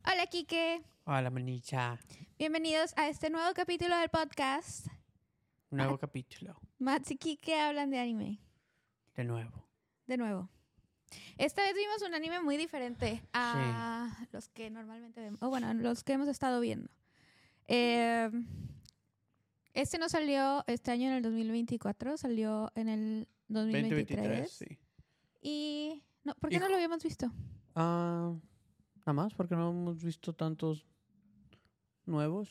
Hola, Kike. Hola, Manicha. Bienvenidos a este nuevo capítulo del podcast. Nuevo capítulo. Mats y Kike hablan de anime. De nuevo. De nuevo. Esta vez vimos un anime muy diferente a los que normalmente vemos. O bueno, los que hemos estado viendo. Este no salió este año en el 2024, salió en el 2023. Sí. Y no, ¿por qué no lo habíamos visto? Nada más porque no hemos visto tantos nuevos.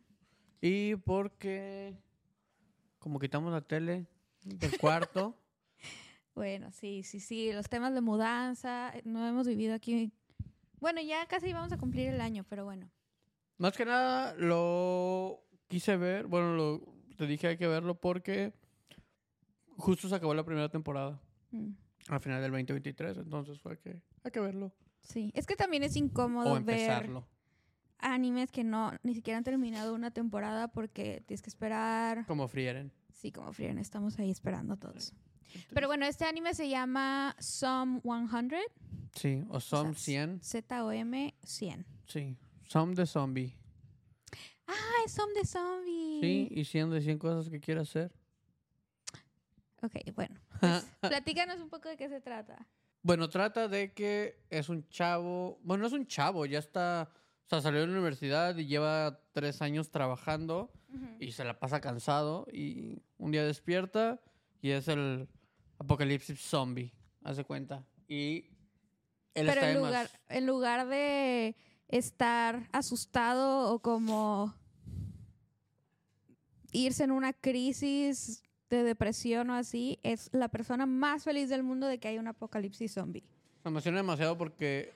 Y porque como quitamos la tele del cuarto. Bueno, sí. Los temas de mudanza. No hemos vivido aquí. Bueno, ya casi vamos a cumplir el año, pero bueno. Más que nada lo quise ver. Bueno, te dije hay que verlo porque justo se acabó la primera temporada. Al final del 2023. Entonces fue que hay que verlo. Sí, es que también es incómodo ver animes que ni siquiera han terminado una temporada porque tienes que esperar. Como Frieren. Sí, como Frieren. Estamos ahí esperando todos. Pero bueno, este anime se llama Some 100. Sí, o Some 100. Z-O-M 100. Sí, Some de Zombie. Ah, es Some de Zombie. Sí, y 100 de 100 cosas que quiere hacer. Ok, bueno. Pues, platícanos un poco de qué se trata. Bueno, trata de que es un chavo. Bueno, no es un chavo, ya está. O sea, salió de la universidad y lleva 3 años trabajando y se la pasa cansado. Y un día despierta y es el apocalipsis zombie. Haz de cuenta. Y él pero está en lugar de estar asustado o como irse en una crisis de depresión o así, es la persona más feliz del mundo de que hay un apocalipsis zombie. Me emociona demasiado porque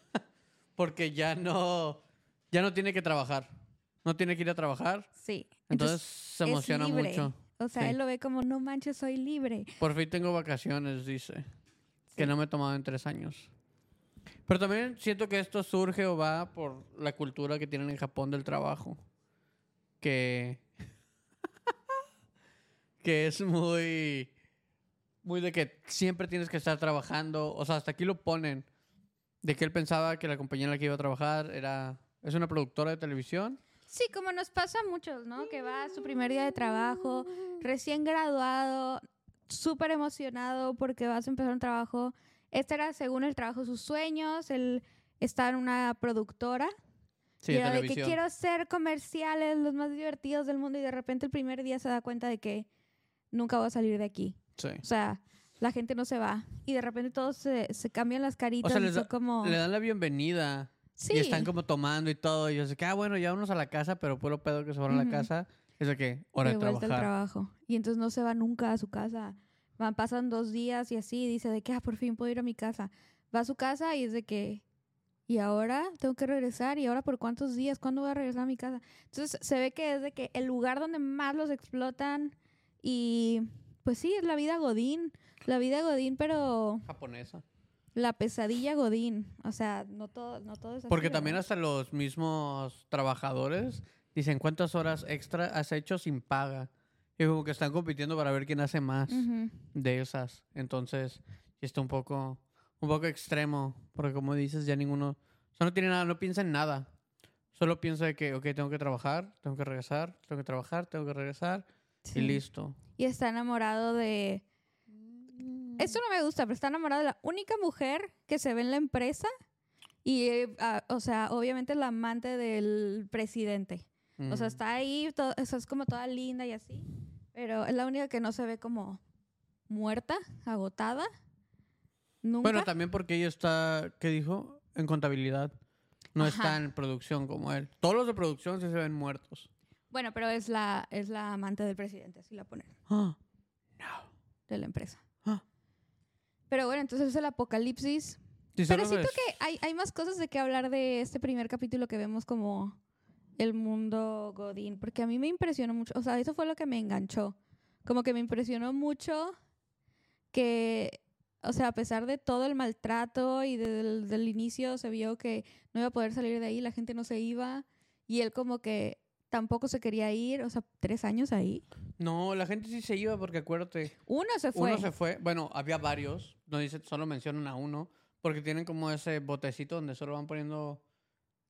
ya no tiene que trabajar. No tiene que ir a trabajar. Sí. Entonces se emociona mucho. O sea, él lo ve como, no manches, soy libre. Por fin tengo vacaciones, dice. Sí. Que no me he tomado en 3 años. Pero también siento que esto surge o va por la cultura que tienen en Japón del trabajo. Que es muy de que siempre tienes que estar trabajando. O sea, hasta aquí lo ponen. De que él pensaba que la compañía en la que iba a trabajar es una productora de televisión. Sí, como nos pasa a muchos, ¿no? Que va a su primer día de trabajo, recién graduado, súper emocionado porque vas a empezar un trabajo. Este era, según el trabajo, sus sueños. Él está en una productora. Sí, y era de de que quiero hacer comerciales los más divertidos del mundo y de repente el primer día se da cuenta de que nunca va a salir de aquí. Sí. O sea, la gente no se va. Y de repente todos se cambian las caritas. O sea, le dan la bienvenida. Sí. Y están como tomando y todo. Y yo sé que, bueno, ya vámonos a la casa, pero puro pedo que se van a la casa. Es de que, hora de trabajar. El trabajo. Y entonces no se va nunca a su casa. Pasan 2 días y así. Dice de que, por fin puedo ir a mi casa. Va a su casa y es de que, ¿y ahora tengo que regresar? ¿Y ahora por cuántos días? ¿Cuándo voy a regresar a mi casa? Entonces se ve que es de que el lugar donde más los explotan. Y pues sí, es la vida godín. La vida godín, pero japonesa. La pesadilla godín. O sea, no todo es así. Porque también hasta los mismos trabajadores dicen cuántas horas extra has hecho sin paga. Y como que están compitiendo para ver quién hace más de esas. Entonces, está un poco extremo. Porque como dices, ya ninguno... O sea, no tiene nada, no piensa en nada. Solo piensa de que, ok, tengo que trabajar, tengo que regresar, tengo que trabajar, tengo que regresar. Sí. Y listo. Y está enamorado de... Esto no me gusta, pero está enamorado de la única mujer que se ve en la empresa. Y, o sea, obviamente es la amante del presidente. O sea, está ahí, eso es como toda linda y así. Pero es la única que no se ve como muerta, agotada. Nunca. Bueno, también porque ella está, ¿qué dijo? En contabilidad. No está en producción como él. Todos los de producción sí se ven muertos. Bueno, pero es la amante del presidente, así la ponen. No. De la empresa. Pero bueno, entonces es el apocalipsis. Sí, pero siento que hay más cosas de qué hablar de este primer capítulo que vemos como el mundo godín. Porque a mí me impresionó mucho. O sea, eso fue lo que me enganchó. Como que me impresionó mucho que... O sea, a pesar de todo el maltrato y del inicio se vio que no iba a poder salir de ahí, la gente no se iba. Y él como que tampoco se quería ir. O sea, 3 años ahí. No, la gente sí se iba porque acuérdate. Uno se fue. Bueno, había varios. No dice, solo mencionan a uno. Porque tienen como ese botecito donde solo van poniendo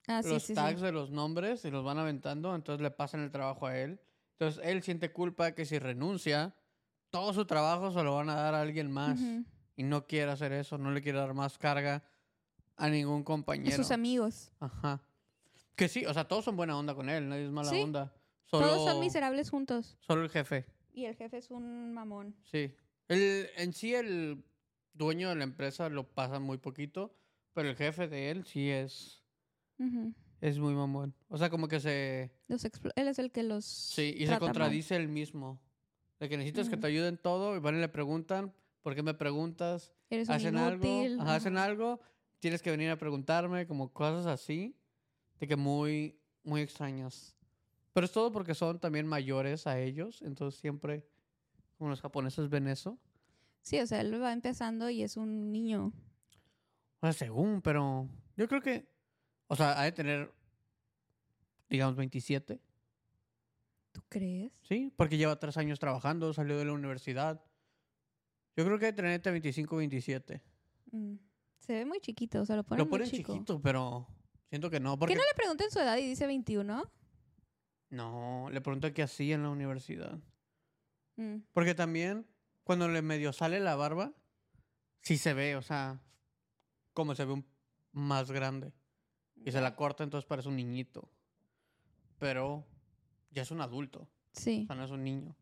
Ah, sí, los sí, tags sí. de los nombres y los van aventando, entonces le pasan el trabajo a él. Entonces él siente culpa que si renuncia, todo su trabajo se lo van a dar a alguien más. Ujú. Y no quiere hacer eso, no le quiere dar más carga a ningún A sus compañero. amigos. Ajá. Que sí, o sea, todos son buena onda con él, nadie es mala Sí, onda. todos son miserables juntos. Solo el jefe, Y el jefe es un mamón. sí. En sí, el dueño de la empresa lo pasa muy poquito, pero el jefe de él sí Ujú. es muy mamón. O sea, como que se... Él es el que los Sí, y se trata mal. contradice él mismo. De que necesitas que Ujú. te ayuden todo, y van y le preguntan, ¿por qué me preguntas? Eres un ¿Hacen algo? inútil. Ajá, hacen Ajá. algo, tienes que venir a preguntarme, como cosas así, de que muy, muy extrañas. Pero es todo porque son también mayores a ellos, entonces siempre, como los japoneses ven eso. Sí, o sea, él va empezando y es un niño. O sea, según, pero yo creo que, o sea, ha de tener, digamos, 27, ¿Tú crees? ¿sí? Porque lleva 3 años trabajando, salió de la universidad. Yo creo que ha de tener entre 25 y 27. Mm. Se ve muy chiquito, o sea, lo ponen Lo muy ponen chico. chiquito, pero siento que no, ¿Qué porque... no le pregunten su edad y dice 21? No, le pregunto qué hacía en la universidad. Mm. Porque también, cuando le medio sale la barba, sí se ve, o sea, como se ve más grande. Y se la corta, entonces parece un niñito. Pero ya es un adulto, o Sí. sea, no es un niño.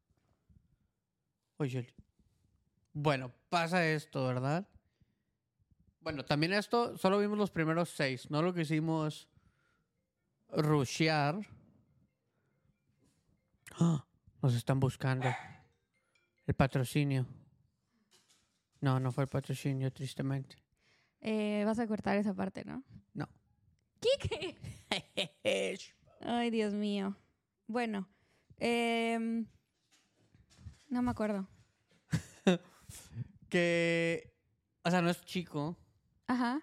Oye, bueno, pasa esto, ¿verdad? Bueno, también esto, solo vimos los primeros 6, no lo que hicimos rushear. ¡Ah! Nos están buscando. El patrocinio. No, no fue el patrocinio, tristemente. Vas a cortar esa parte, ¿no? No. ¿Qué? Ay, Dios mío. Bueno, no me acuerdo. Que, o sea, no es chico. Ajá.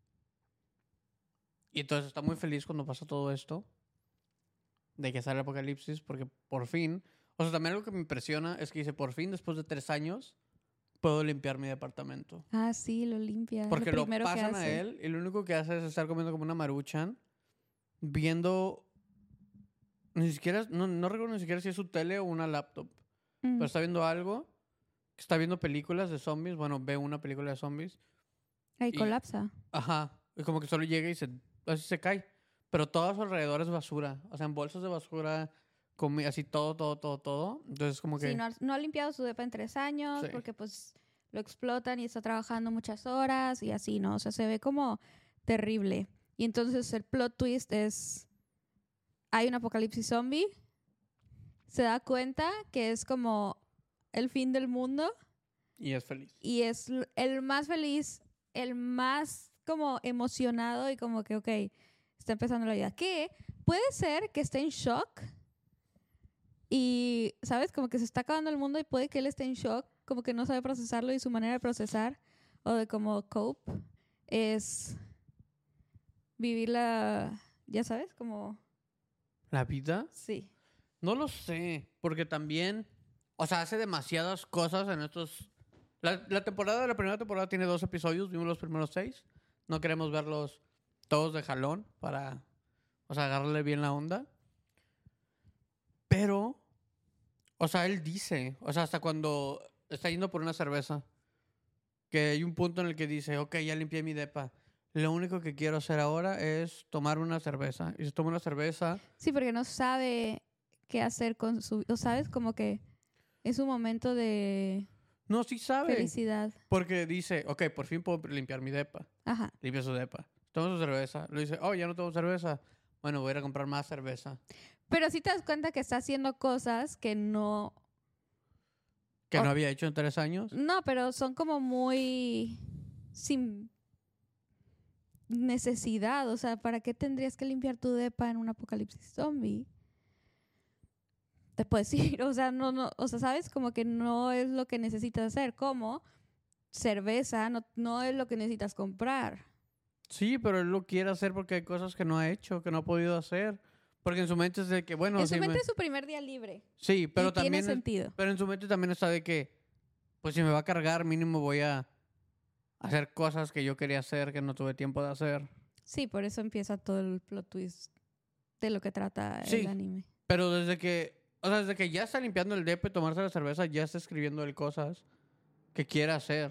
Y entonces está muy feliz cuando pasa todo esto. De que sale el apocalipsis, porque por fin... O sea, también algo que me impresiona es que dice, por fin, después de 3 años, puedo limpiar mi departamento. Ah, sí, lo limpia. Porque lo lo primero pasan que a hace. él y lo único que hace es estar comiendo como una maruchan, viendo... Ni siquiera, no recuerdo ni siquiera si es su tele o una laptop. Mm. Pero está viendo algo, está viendo películas de zombies. Bueno, ve una película de zombies. Ahí Y, colapsa. ajá, y como que solo llega y así se cae. Pero todo a su alrededor es basura. O sea, en bolsas de basura, así todo. Entonces como que... Sí, no ha limpiado su depa en 3 años Sí. porque pues lo explotan y está trabajando muchas horas y así, ¿no? O sea, se ve como terrible. Y entonces el plot twist es, hay un apocalipsis zombie, se da cuenta que es como el fin del mundo Y es feliz. y es el más feliz, el más como emocionado y como que, ok, está empezando la vida. Que puede ser que esté en shock y, ¿sabes? Como que se está acabando el mundo y puede que él esté en shock, como que no sabe procesarlo y su manera de procesar o de como cope es vivir ya sabes, como, ¿La vida? sí. No lo sé, porque también, o sea, hace demasiadas cosas en estos... La primera temporada tiene 2 episodios, vimos los primeros 6. No queremos verlos todos de jalón para, o sea, agarrarle bien la onda. Pero, o sea, él dice, o sea, hasta cuando está yendo por una cerveza, que hay un punto en el que dice, ok, ya limpié mi depa. Lo único que quiero hacer ahora es tomar una cerveza. Y se toma una cerveza. Sí, porque no sabe qué hacer con su... O sabes, como que es un momento de No, sí sabe. felicidad. Porque dice, ok, por fin puedo limpiar mi depa. Ajá. Limpia su depa. Toma su cerveza. Lo dice, oh, ya no tomo cerveza. Bueno, voy a ir a comprar más cerveza. Pero sí te das cuenta que está haciendo cosas que no... Que no había hecho en 3 años. No, pero son como muy sin necesidad. O sea, ¿para qué tendrías que limpiar tu depa en un apocalipsis zombie? Te puedes ir, o sea, no, o sea, ¿sabes? Como que no es lo que necesitas hacer. Como cerveza no es lo que necesitas comprar. Sí, pero él lo quiere hacer porque hay cosas que no ha hecho, que no ha podido hacer. Porque en su mente es de que, bueno, En su sí, mente es su primer día libre. sí, pero y tiene también sentido. pero en su mente también está de que, pues si me va a cargar, mínimo voy a hacer cosas que yo quería hacer, que no tuve tiempo de hacer. Sí, por eso empieza todo el plot twist de lo que trata Sí. el anime. Pero desde que ya está limpiando el depo y tomarse la cerveza, ya está escribiendo él cosas que quiere hacer.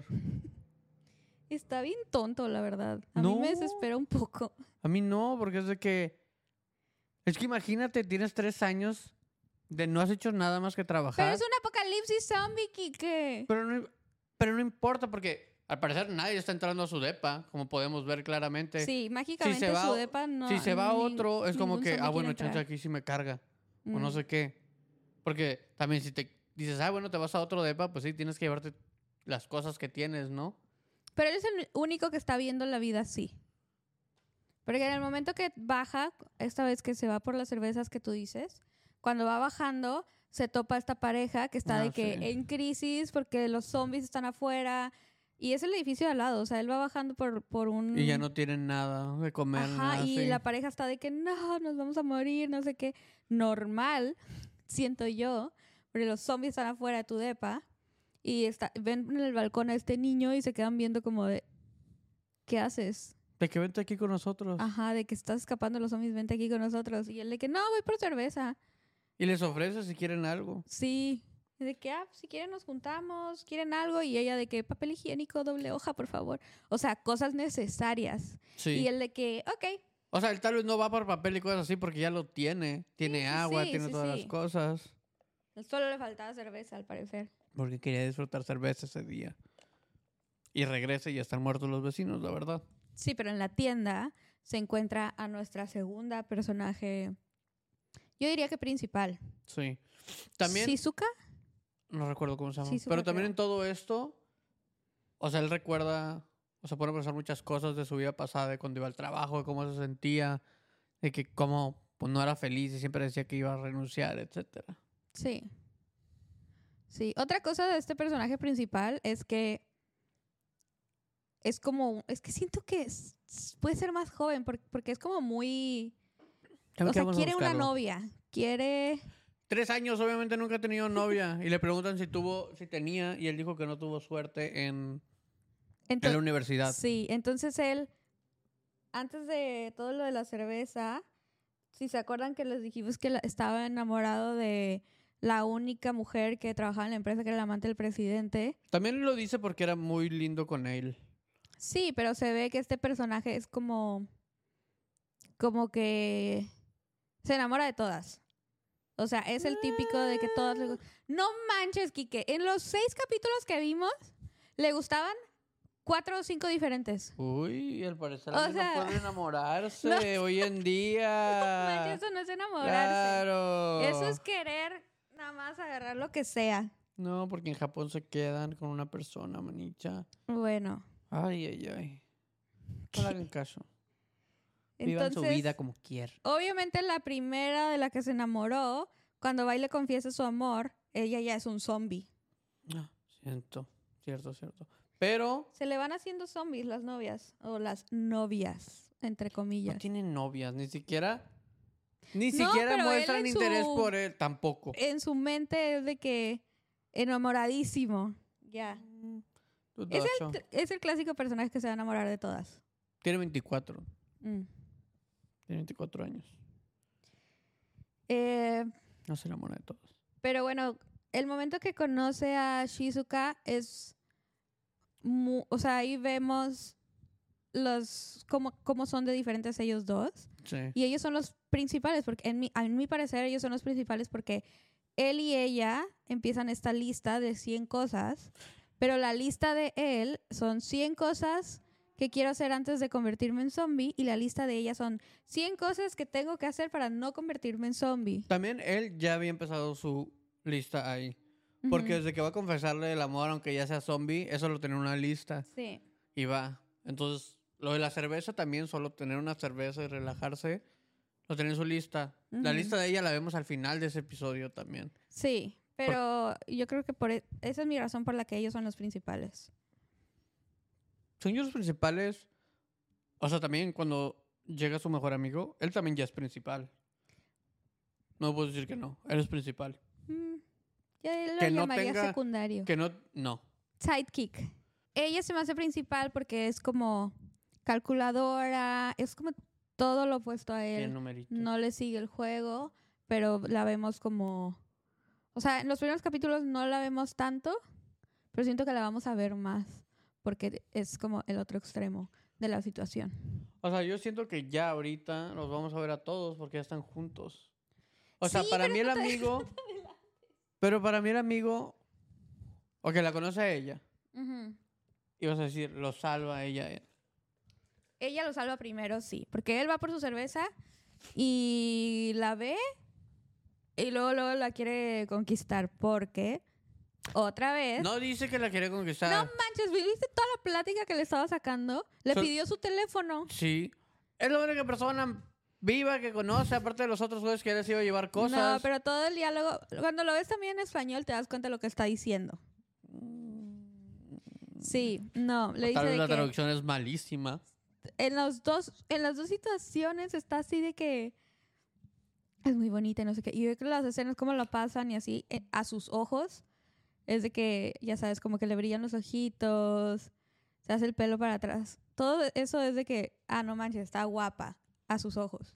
Está bien tonto, la verdad. A mí No. me desespera un poco. A mí no, porque es de que... Es que imagínate, tienes 3 años de no has hecho nada más que trabajar. Pero es un apocalipsis zombie, Kike. Pero no importa, porque al parecer nadie está entrando a su depa, como podemos ver claramente. Sí, mágicamente se va- su depa no... Si se va otro, es como ningún que, zombie bueno, quiere chance entrar. aquí sí me carga. O no Mm. sé qué. Porque también si te dices, bueno, te vas a otro depa, pues sí, tienes que llevarte las cosas que tienes, ¿no? Pero él es el único que está viendo la vida así. Porque en el momento que baja, esta vez que se va por las cervezas que tú dices, cuando va bajando, se topa esta pareja que está Ah, de que sí. en crisis porque los zombies están afuera. Y es el edificio de al lado. O sea, él va bajando por un... Y ya no tienen nada de comer, Ajá, nada y así. la pareja está de que no, nos vamos a morir, no sé qué. Normal, siento yo, porque los zombies están afuera de tu depa y ven en el balcón a este niño y se quedan viendo como de, ¿qué haces? De que vente aquí con nosotros. Ajá, de que estás escapando de los zombies, vente aquí con nosotros. Y él de que no, voy por cerveza. Y les ofrece si quieren algo. Sí. Y de que, si quieren nos juntamos, quieren algo. Y ella de que papel higiénico, doble hoja, por favor. O sea, cosas necesarias. Sí. Y él de que, ok. O sea, él tal vez no va por papel y cosas así porque ya lo tiene. Tiene Sí, agua, sí, tiene sí, todas sí. las cosas. Solo le faltaba cerveza, al parecer. Porque quería disfrutar cerveza ese día. Y regresa y ya están muertos los vecinos, la verdad. Sí, pero en la tienda se encuentra a nuestra segunda personaje, yo diría que principal. Sí. También, ¿Shizuka? no recuerdo cómo se llama. Shizuka, Pero también creo. en todo esto, o sea, él recuerda, o sea, pone a pensar muchas cosas de su vida pasada, de cuando iba al trabajo, de cómo se sentía, de que cómo pues, no era feliz y siempre decía que iba a renunciar, etcétera. Sí. Sí. Otra cosa de este personaje principal es que es que siento que puede ser más joven porque es como muy... O sea, quiere una novia. Quiere... 3 años, obviamente nunca ha tenido novia. Y le preguntan si tenía, y él dijo que no tuvo suerte en la universidad. Sí, entonces él, antes de todo lo de la cerveza, si se acuerdan que les dijimos que estaba enamorado de la única mujer que trabajaba en la empresa, que era la amante del presidente. También lo dice porque era muy lindo con él. Sí, pero se ve que este personaje es como que se enamora de todas. O sea, es el típico de que todas le gustan. No manches, Quique. En los 6 capítulos que vimos, le gustaban 4 o 5 diferentes. Uy, al parecer O alguien sea, no puede enamorarse no. hoy en día. No manches, eso no es enamorarse. Claro. Eso es querer nada más agarrar lo que sea. No, porque en Japón se quedan con una persona, manicha. Bueno. Ay, ay, ay. No le hagan caso. Vivan Entonces, su vida como quieran. obviamente la primera de la que se enamoró, cuando va y le confiesa su amor, ella ya es un zombie. Ah, cierto. Pero Se le van haciendo zombies las novias, o las novias, entre comillas. no tienen novias, ni siquiera No, pero muestran él en interés su- por él, tampoco. En su mente es de que enamoradísimo. Ya. Dudoso. Es el clásico personaje que se va a enamorar de todas. Tiene 24. Mm. Tiene 24 años. Eh, No se enamora de todos. pero bueno, el momento que conoce a Shizuka es... o sea, ahí vemos cómo son de diferentes ellos dos. Sí. Y ellos son los principales, porque a mi parecer ellos son los principales porque él y ella empiezan esta lista de 100 cosas, pero la lista de él son 100 cosas que quiero hacer antes de convertirme en zombie y la lista de ella son 100 cosas que tengo que hacer para no convertirme en zombie. También él ya había empezado su lista ahí. Porque Ujú. desde que va a confesarle el amor, aunque ya sea zombie, eso lo tenía en una lista. Sí. Y va. Entonces, lo de la cerveza también, solo tener una cerveza y relajarse, lo tenía en su lista. La Ujú. lista de ella la vemos al final de ese episodio también. Sí, pero yo creo que esa es mi razón por la que ellos son los principales. Son ellos los principales. O sea, también cuando llega su mejor amigo, él también ya es principal. No puedo decir que no. Él es principal. Yo lo Que no llamaría tenga- secundario. Que no. No. Sidekick. Ella se me hace principal porque es como calculadora, es como todo lo opuesto a Tiene él. numeritos. No le sigue el juego, pero la vemos como... O sea, en los primeros capítulos no la vemos tanto, pero siento que la vamos a ver más, porque es como el otro extremo de la situación. O sea, yo siento que ya ahorita los vamos a ver a todos porque ya están juntos. O Sí, sea, para pero mí el no te- amigo... Pero para mí el amigo... O que la conoce a ella. Ujú. Ibas a decir, lo salva a ella. Ella lo salva primero, sí, porque él va por su cerveza y la ve y luego la quiere conquistar porque, otra vez... No dice que la quiere conquistar. No manches, ¿viste toda la plática que le estaba sacando? Le Sol- pidió su teléfono. Sí. Es la única persona viva que conoce, aparte de los otros jueces que él les iba a llevar cosas. No, pero todo el diálogo, cuando lo ves también en español, te das cuenta de lo que está diciendo. Sí, no, le dice Tal vez de la que traducción es malísima. en las dos situaciones está así de que es muy bonita y no sé qué. Y ve que las escenas como la pasan y así a sus ojos es de que, ya sabes, como que le brillan los ojitos, se hace el pelo para atrás. Todo eso es de que, no manches, está guapa a sus ojos.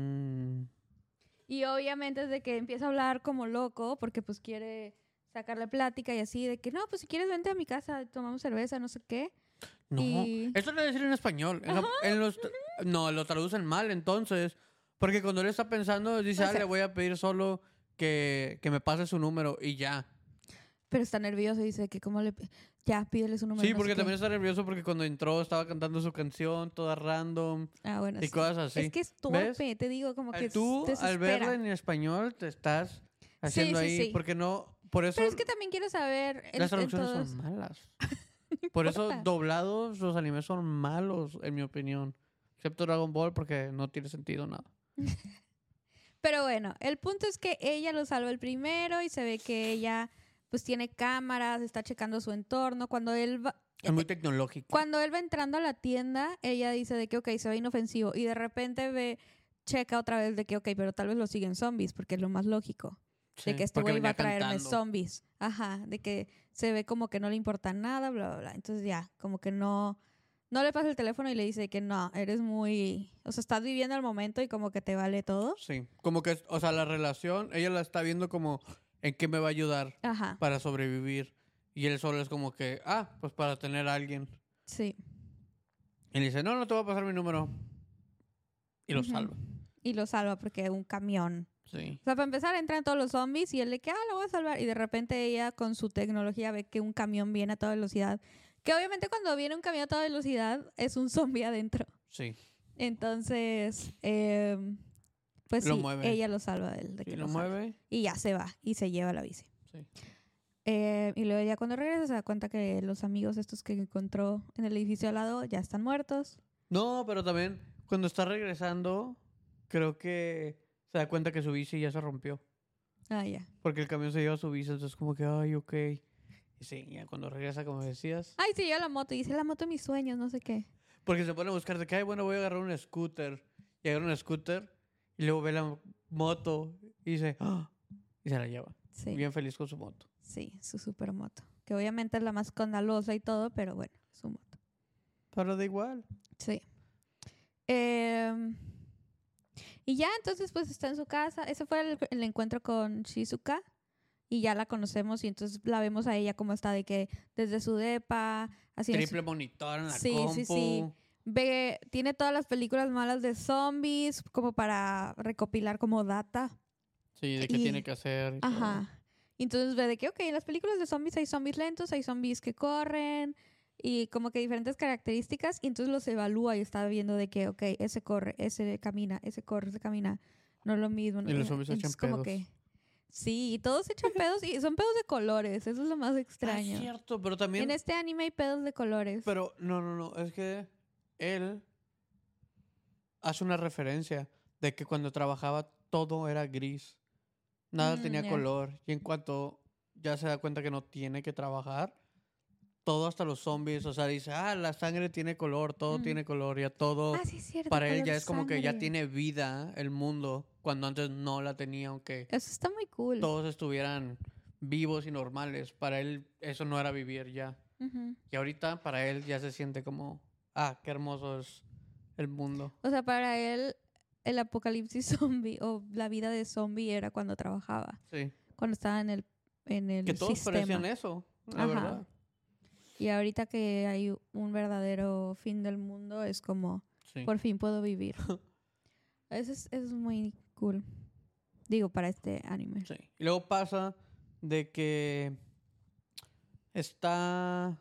Y obviamente es de que empieza a hablar como loco porque pues quiere sacarle plática y así de que no, pues si quieres vente a mi casa, tomamos cerveza, no sé qué. No, Y- esto lo debe decir en español. No, lo traducen mal entonces. Porque cuando él está pensando, dice, O sea- le voy a pedir solo que me pase su número y ya. Pero está nervioso y dice que cómo le... Ya, pídele su número. Sí, no porque sé qué. también está nervioso porque cuando entró estaba cantando su canción toda random Bueno, y sí. cosas así. Es que es torpe, te digo, como que Tú, al desespera. verla en español, te estás haciendo sí, ahí. sí. Porque no, por eso Pero es que también quiero saber... las traducciones son malas. Por eso importa. doblados los animes son malos, en mi opinión. Excepto Dragon Ball porque no tiene sentido nada. Pero bueno, el punto es que ella lo salva el primero y se ve que ella pues tiene cámaras, está checando su entorno. Cuando él va... Es muy tecnológico. Cuando él va entrando a la tienda, ella dice de que, ok, se ve inofensivo. Y de repente checa otra vez de que, ok, pero tal vez lo siguen zombies, porque es lo más lógico. Sí, De que este porque güey va venía a traerme cantando. zombies. Ajá, de que se ve como que no le importa nada, bla, bla, bla. Entonces ya, como que no le pasa el teléfono y le dice que no, eres muy... O sea, estás viviendo el momento y como que te vale todo. Sí, como que, o sea, la relación, ella la está viendo como en qué me va a ayudar Ajá, para sobrevivir. Y él solo es como que, pues para tener a alguien. sí. Y le dice, no te voy a pasar mi número. Y lo Ujú. salva. Y lo salva porque un camión... Sí. O sea, para empezar, entran todos los zombies y él de que, lo voy a salvar. Y de repente ella con su tecnología ve que un camión viene a toda velocidad. Que obviamente cuando viene un camión a toda velocidad es un zombie adentro. Sí. Entonces, pues Lo sí, mueve. ella lo salva de él. De Y que lo salva. mueve. Y ya se va y se lleva la bici. Sí. Y luego ya cuando regresa se da cuenta que los amigos estos que encontró en el edificio al lado ya están muertos. No, pero también cuando está regresando, creo que se da cuenta que su bici ya se rompió. Ya. Porque el camión se lleva su bici, entonces como que, ok. Y sí, ya cuando regresa, como decías. Ay, sí, yo la moto. Y dice, la moto de mis sueños, no sé qué. Porque se pone a buscar de que, bueno, voy a agarrar un scooter. Y agarra un scooter y luego ve la moto y dice, y se la lleva. Sí. Bien feliz con su moto. Sí, su supermoto. Que obviamente es la más escandalosa y todo, pero bueno, su moto. Pero da igual. Sí. Y ya entonces pues está en su casa. Ese fue el encuentro con Shizuka. Y ya la conocemos y entonces la vemos a ella como está de que desde su depa, haciendo Triple monitor en la Sí, compu. sí. Tiene todas las películas malas de zombies como para recopilar como data. Sí, de qué Y- tiene que hacer. y todo. Ajá. Y entonces ve de que, ok, en las películas de zombies hay zombies lentos, hay zombies que corren y como que diferentes características y entonces los evalúa y está viendo de que, ok, ese corre, ese camina, ese corre, ese camina. No es lo mismo. Y los zombies se Entonces, echan como pedos. que sí, y todos se echan pedos y son pedos de colores, eso es lo más Ah, extraño. es cierto, pero también... En este anime hay pedos de colores. Pero no, es que él hace una referencia de que cuando trabajaba todo era gris. Nada tenía Ya. color. Y en cuanto ya se da cuenta que no tiene que trabajar, todo hasta los zombies, o sea, dice, la sangre tiene color, todo Mm. tiene color, ya todo... Sí, es cierto. Para él color ya es como que ya sangre. tiene vida el mundo, cuando antes no la tenía, aunque Eso está muy cool. todos estuvieran vivos y normales. Para él eso no era vivir ya. Ujú. Y ahorita para él ya se siente como qué hermoso es el mundo. O sea, para él, el apocalipsis zombie o la vida de zombie era cuando trabajaba. Sí. Cuando estaba en el Que todos sistema. parecían eso, la Ajá. verdad. Y ahorita que hay un verdadero fin del mundo, es como, Sí. por fin puedo vivir. Eso es muy cool. Digo, para este anime. Sí. Y luego pasa de que está...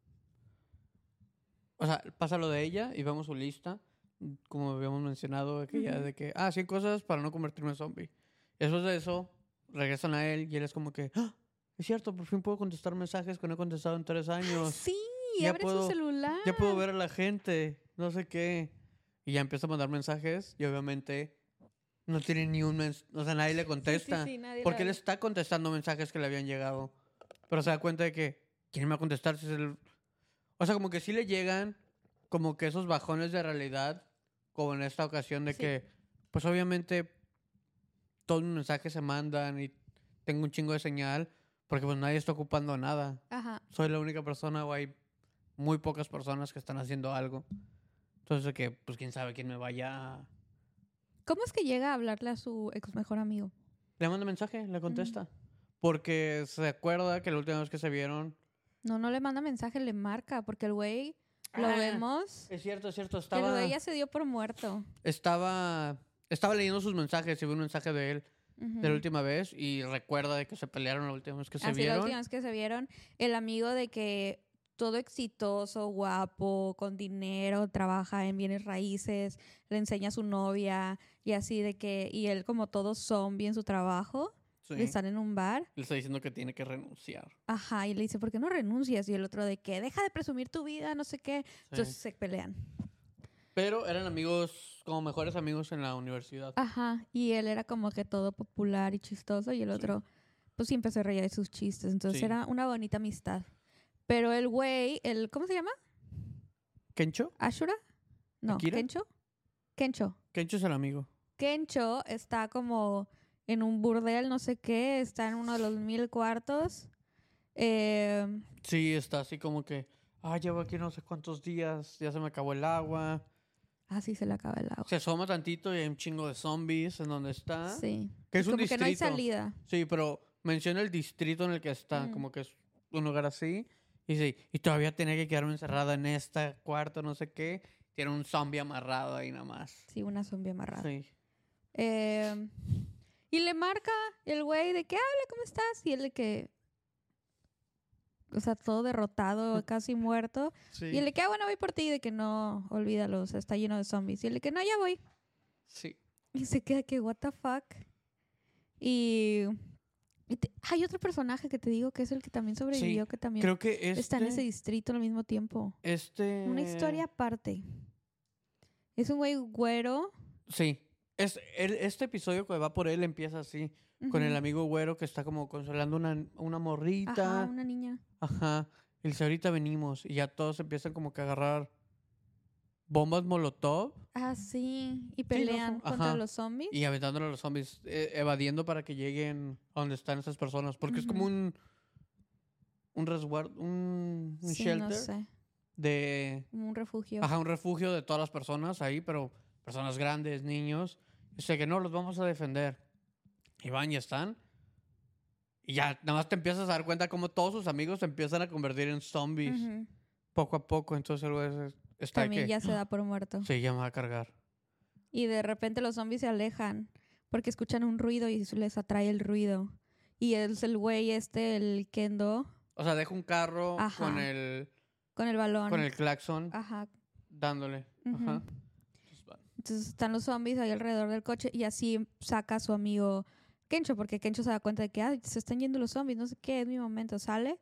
O sea, pasa lo de ella y vemos su lista, como habíamos mencionado, aquella Ujú. de que, 100 cosas para no convertirme en zombie. Después de eso, regresan a él y él es como que, es cierto, por fin puedo contestar mensajes que no he contestado en 3 años. Sí, Ya abre puedo- su celular. Ya puedo ver a la gente, no sé qué. Y ya empieza a mandar mensajes y obviamente no tiene ni un o sea, nadie le contesta. Sí, nadie Porque la él ve. está contestando mensajes que le habían llegado. Pero se da cuenta de que, ¿quién me va a contestar si es el... O sea, como que sí le llegan como que esos bajones de realidad, como en esta ocasión de Sí. que, pues obviamente todos mis mensajes se mandan y tengo un chingo de señal, porque pues nadie está ocupando nada. Ajá. Soy la única persona o hay muy pocas personas que están haciendo algo. Entonces, de que, pues quién sabe quién me vaya a... ¿Cómo es que llega a hablarle a su ex mejor amigo? Le manda mensaje, le contesta. Porque se acuerda que la última vez que se vieron... No le manda mensaje, le marca, porque el güey lo vemos. Es cierto, Que el estaba... güey ya se dio por muerto. Estaba leyendo sus mensajes y vi un mensaje de él Ujú. de la última vez y recuerda de que se pelearon la última vez que se Así la vieron. última vez que se vieron, el amigo de que todo exitoso, guapo, con dinero, trabaja en bienes raíces, le enseña a su novia y así de que, y él como todo zombie en su trabajo, Sí. están en un bar, Le está diciendo que tiene que renunciar. ajá, y le dice, ¿por qué no renuncias? Y el otro de que, deja de presumir tu vida, no sé qué. Entonces se pelean. Pero eran amigos, como mejores amigos en la universidad. Ajá, y él era como que todo popular y chistoso y el Sí. otro, pues siempre se reía de sus chistes. Entonces Sí. era una bonita amistad. Pero el güey, ¿cómo se llama? ¿Kencho? ¿Ashura? No, ¿Akira? ¿Kencho? Kencho. Kencho es el amigo. Kencho está como en un burdel, no sé qué, está en uno de los 1000 cuartos. Sí, está así como que, llevo aquí no sé cuántos días, ya se me acabó el agua. Así se le acaba el agua. Se asoma tantito y hay un chingo de zombies en donde está. Sí. Que es un como que no hay distrito. salida. Sí, pero menciona el distrito en el que está, Mm. como que es un lugar así. Y sí, y todavía tenía que quedarme encerrada en este cuarto, no sé qué. Tiene un zombie amarrado ahí nada más. Sí, una zombie amarrada. Sí. Y le marca el güey de que, habla, ¿cómo estás? Y él de que, o sea, todo derrotado, casi muerto. Sí. Y él de que, bueno, voy por ti. Y de que no, olvídalo, o sea, está lleno de zombies. Y él de que, no, ya voy. Sí. Y se queda que, what the fuck. Y hay otro personaje que te digo que es el que también sobrevivió, que también Creo que está en ese distrito al mismo tiempo. Una historia aparte. Es un güey güero. Sí. Este episodio que va por él empieza así. Con el Ujú. amigo güero que está como consolando una morrita. Ajá, una niña. Ajá. Y dice, ahorita venimos. Y ya todos empiezan como que a agarrar bombas molotov Ah, sí. Y pelean contra ajá. los zombies. y aventándole a los zombies, evadiendo para que lleguen a donde están esas personas. Porque es como Ujú. un resguardo, un Sí, shelter no sé. de... Como un refugio. Ajá, un refugio de todas las personas ahí, pero personas grandes, niños. Y sé que no, los vamos a defender. Y van y están. Y ya, nada más te empiezas a dar cuenta como todos sus amigos se empiezan a convertir en zombies Ujú. poco a poco. Entonces el güey está de También que... ya se da por muerto. Sí, ya me va a cargar. Y de repente los zombies se alejan porque escuchan un ruido y les atrae el ruido. Y es el güey el Kendo O sea, deja un carro Ajá. con el balón. con el claxon Ajá. dándole. Ujú. Ajá. Entonces, van. Entonces están los zombies ahí alrededor del coche y así saca a su amigo Kencho, porque Kencho se da cuenta de que se están yendo los zombies, no sé qué, es mi momento. Sale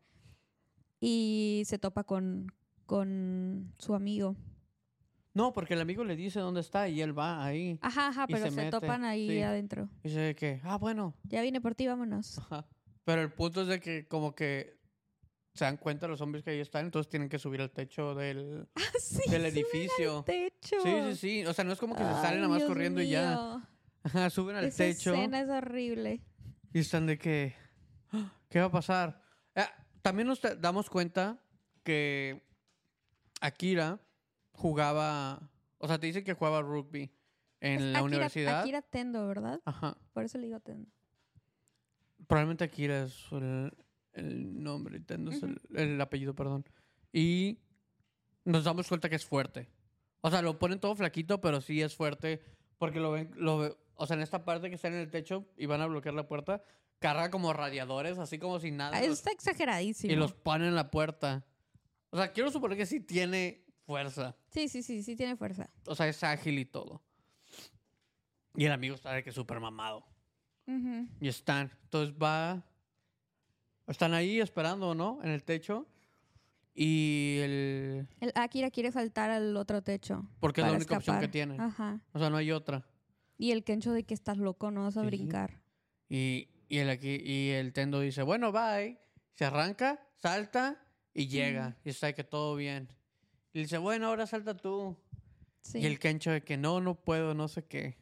y se topa con su amigo. No, porque el amigo le dice dónde está y él va ahí. Ajá, Y pero se se mete, topan ahí sí. adentro. Y dice que, bueno. Ya vine por ti, vámonos. Ajá. Pero el punto es de que como que se dan cuenta los zombies que ahí están, entonces tienen que subir al techo del Sí, del suben edificio. al techo. Sí. O sea, no es como que se Ay, salen nada más Dios corriendo y ya. mío. Ajá, suben al Esa techo escena es horrible. y están de que, ¿qué va a pasar? También nos damos cuenta que Akira, jugaba... O sea, te dice que jugaba rugby en la universidad. Akira Tendo, ¿verdad? Ajá. Por eso le digo Tendo. Probablemente Akira es el nombre, Tendo es el apellido, perdón. Y nos damos cuenta que es fuerte. O sea, lo ponen todo flaquito, pero sí es fuerte. Porque o sea, en esta parte que está en el techo y van a bloquear la puerta, carga como radiadores, así como si nada. Está exageradísimo. Y los ponen en la puerta. O sea, quiero suponer que sí tiene fuerza. Sí tiene fuerza. O sea, es ágil y todo. Y el amigo está de que súper mamado. Y están. Entonces están ahí esperando, ¿no? En el techo. Y el Akira quiere saltar al otro techo. Porque es la única opción que tiene. Ajá. O sea, no hay otra. Y el Kencho de que estás loco, no vas a brincar. Y el Tendo dice, bueno, bye. Se arranca, salta y llega. Y está de que todo bien. Y le dice, bueno, ahora salta tú. Sí. Y el Kencho de que no puedo, no sé qué.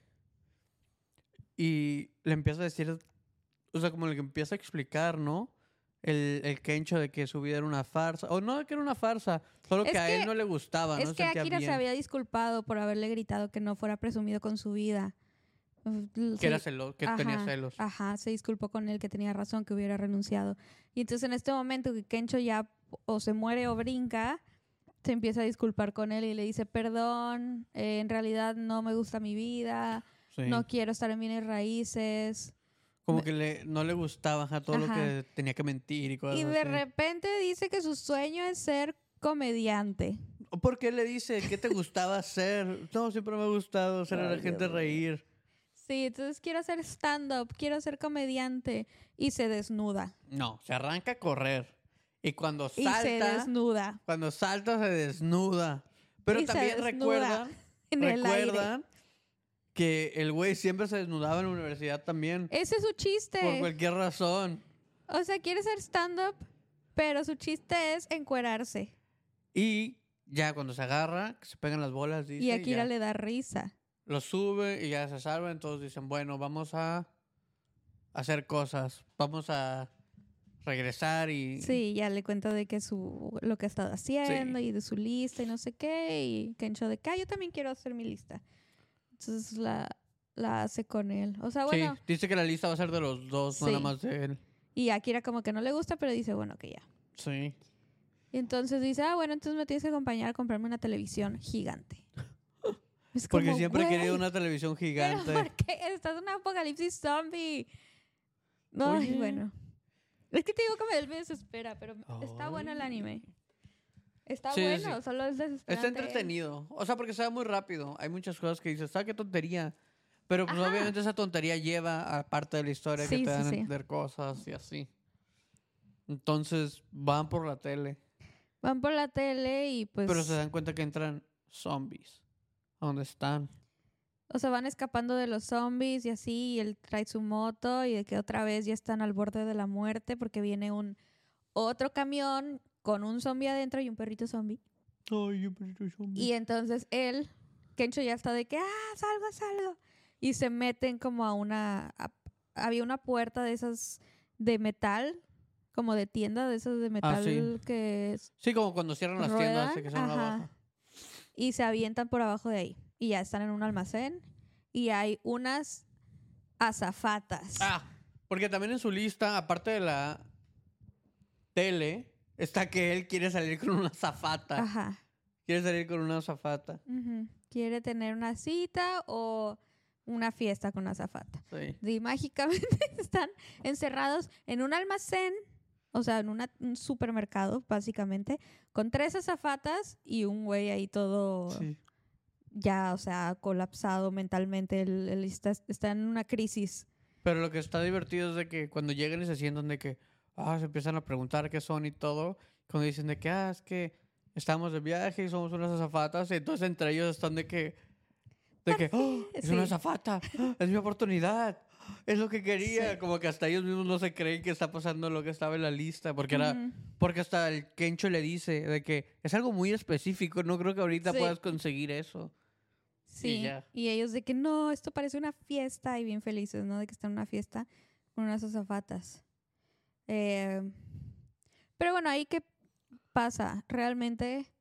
Y le empieza a decir, o sea, como le empieza a explicar, ¿no? El Kencho de que su vida era una farsa. O no de que era una farsa, solo que a él no le gustaba, es no se que sentía Akira bien. se había disculpado por haberle gritado que no fuera presumido con su vida. Que era que tenía celos. Ajá, se disculpó con él, que tenía razón, que hubiera renunciado. Y entonces en este momento que Kencho ya o se muere o brinca, se empieza a disculpar con él y le dice, perdón, en realidad no me gusta mi vida, no quiero estar en bienes raíces. Como que no le gustaba todo lo que tenía que mentir y cosas así. Y de repente dice que su sueño es ser comediante. ¿Por qué le dice qué te gustaba hacer? No, siempre me ha gustado hacer a la gente reír. Sí, entonces quiero hacer stand-up, quiero ser comediante. Y se desnuda. No, se arranca a correr. Y cuando salta... Y se desnuda. Cuando salta se desnuda. Pero y también recuerdan que el güey siempre se desnudaba en la universidad también. Ese es su chiste. Por cualquier razón. O sea, quiere ser stand-up, pero su chiste es encuerarse. Y ya cuando se agarra, se pegan las bolas, dice. Y Akira le da risa. Lo sube y ya se salva. Entonces dicen, bueno, vamos a hacer cosas. Vamos a regresar y... Sí, ya le cuenta de que lo que ha estado haciendo y de su lista y no sé qué. Y Kencho de que yo también quiero hacer mi lista. Entonces la hace con él. O sea, bueno... Sí, dice que la lista va a ser de los dos, no nada más de él. Y a Akira como que no le gusta, pero dice, bueno, que ya. Sí. Y entonces dice, bueno, entonces me tienes que acompañar a comprarme una televisión gigante. Es Porque como, siempre he querido una televisión gigante. ¿Pero por qué? Estás en un apocalipsis zombie. No, y bueno. Es que te digo que él me desespera, pero está bueno el anime. Está bueno, solo es desesperante. Está entretenido. O sea, porque se va muy rápido. Hay muchas cosas que dices, ¿sabes qué tontería? Pero pues obviamente esa tontería lleva a parte de la historia que te dan a entender cosas y así. Entonces van por la tele. Van por la tele y pues... Pero se dan cuenta que entran zombies. ¿A dónde están? O sea, van escapando de los zombies y así, y él trae su moto y de que otra vez ya están al borde de la muerte porque viene otro camión con un zombie adentro y un perrito zombie. Ay, un perrito zombie. Y entonces Kencho ya está de que, salgo. Y se meten como había una puerta de esas de metal, como de tienda, de esas de metal que... Sí, como cuando cierran las tiendas, que son abajo. Y se avientan por abajo de ahí. Y ya están en un almacén. Y hay unas azafatas. Porque también en su lista, aparte de la tele, está que él quiere salir con una azafata. Ajá. Quiere salir con una azafata. Quiere tener una cita o una fiesta con una azafata. Sí. Y mágicamente están encerrados en un almacén, o sea, en un supermercado, básicamente, con 3 azafatas y un güey ahí todo... Sí. Ya, o sea, colapsado mentalmente. Él está en una crisis. Pero lo que está divertido es de que cuando llegan y se sientan de que se empiezan a preguntar qué son y todo. Cuando dicen de que es que estamos de viaje y somos unas azafatas. Y entonces entre ellos están de que es una azafata, es mi oportunidad, es lo que quería. Sí. Como que hasta ellos mismos no se creen que está pasando lo que estaba en la lista. Porque porque hasta el Kencho le dice de que es algo muy específico. No creo que ahorita puedas conseguir eso. Sí, y ellos de que no, esto parece una fiesta y bien felices, ¿no? De que están en una fiesta con unas azafatas. Pero bueno, ahí qué pasa, realmente...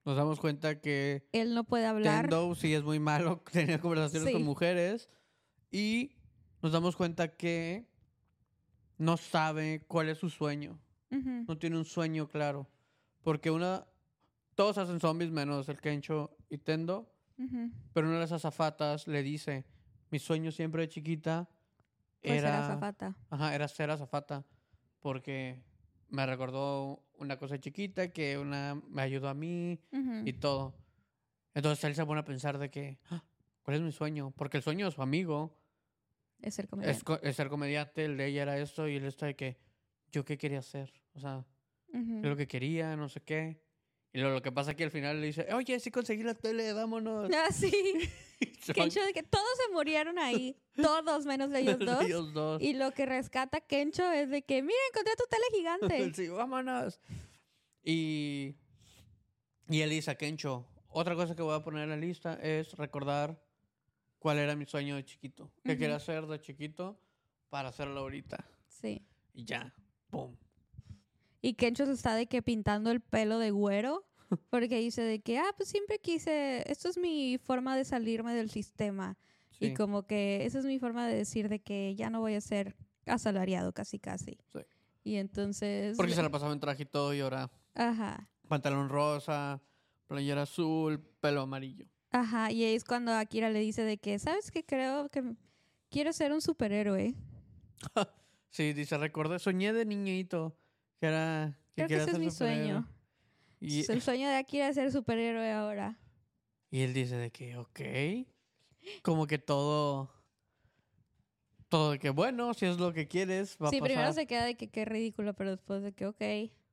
nos damos cuenta que él no puede hablar. Tendo sí es muy malo tener conversaciones con mujeres. Y nos damos cuenta que no sabe cuál es su sueño. No tiene un sueño claro. Porque todos hacen zombies menos el Kencho y Tendo. Pero una de las azafatas le dice, mi sueño siempre de chiquita Pues era azafata. Ajá, era ser azafata. Porque me recordó una cosa chiquita que me ayudó a mí y todo. Entonces él se pone a pensar de que, ¿cuál es mi sueño? Porque el sueño de su amigo es ser comediante. Es ser comediante, el de ella era esto y él está de que, ¿yo qué quería hacer? O sea, ¿qué es lo que quería? No sé qué. Y lo que pasa aquí al final le dice, oye, sí conseguí la tele, vámonos. Ah, sí. Kencho de que todos se murieron ahí. Todos menos ellos dos. Ellos dos. Y lo que rescata Kencho es de que, mira, encontré tu tele gigante. Sí, vámonos. Y él dice a Kencho, otra cosa que voy a poner en la lista es recordar cuál era mi sueño de chiquito. ¿Qué quería hacer de chiquito para hacerlo ahorita? Sí. Y ya, ¡pum! Y Kencho se está de que pintando el pelo de güero. Porque dice de que, pues siempre quise, esto es mi forma de salirme del sistema. Sí. Y como que esa es mi forma de decir de que ya no voy a ser asalariado casi. Sí. Y entonces... Porque se la pasaba en traje y todo y ahora... Ajá. Pantalón rosa, playera azul, pelo amarillo. Ajá, y ahí es cuando Akira le dice de que, ¿sabes qué? Creo que quiero ser un superhéroe. Sí, dice, recordé, soñé de niñito que era... Creo que ese es mi sueño. Y el sueño de Akira es ser superhéroe ahora. Y él dice de que, ok. Como que todo de que, bueno, si es lo que quieres, va a pasar. Sí, primero se queda de que qué ridículo, pero después de que, ok.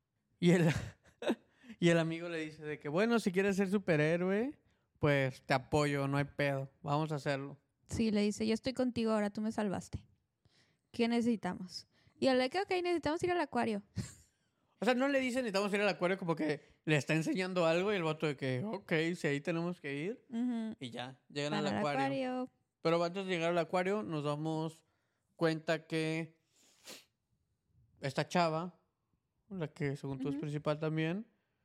Y el amigo le dice de que, bueno, si quieres ser superhéroe, pues te apoyo, no hay pedo. Vamos a hacerlo. Sí, le dice, yo estoy contigo ahora, tú me salvaste. ¿Qué necesitamos? Y él le dice, ok, necesitamos ir al acuario. O sea, no le dice necesitamos ir al acuario como que le está enseñando algo y el vato de que, ok, si ahí tenemos que ir. Y ya, llegan al acuario. Pero antes de llegar al acuario nos damos cuenta que esta chava, la que según tú es principal también,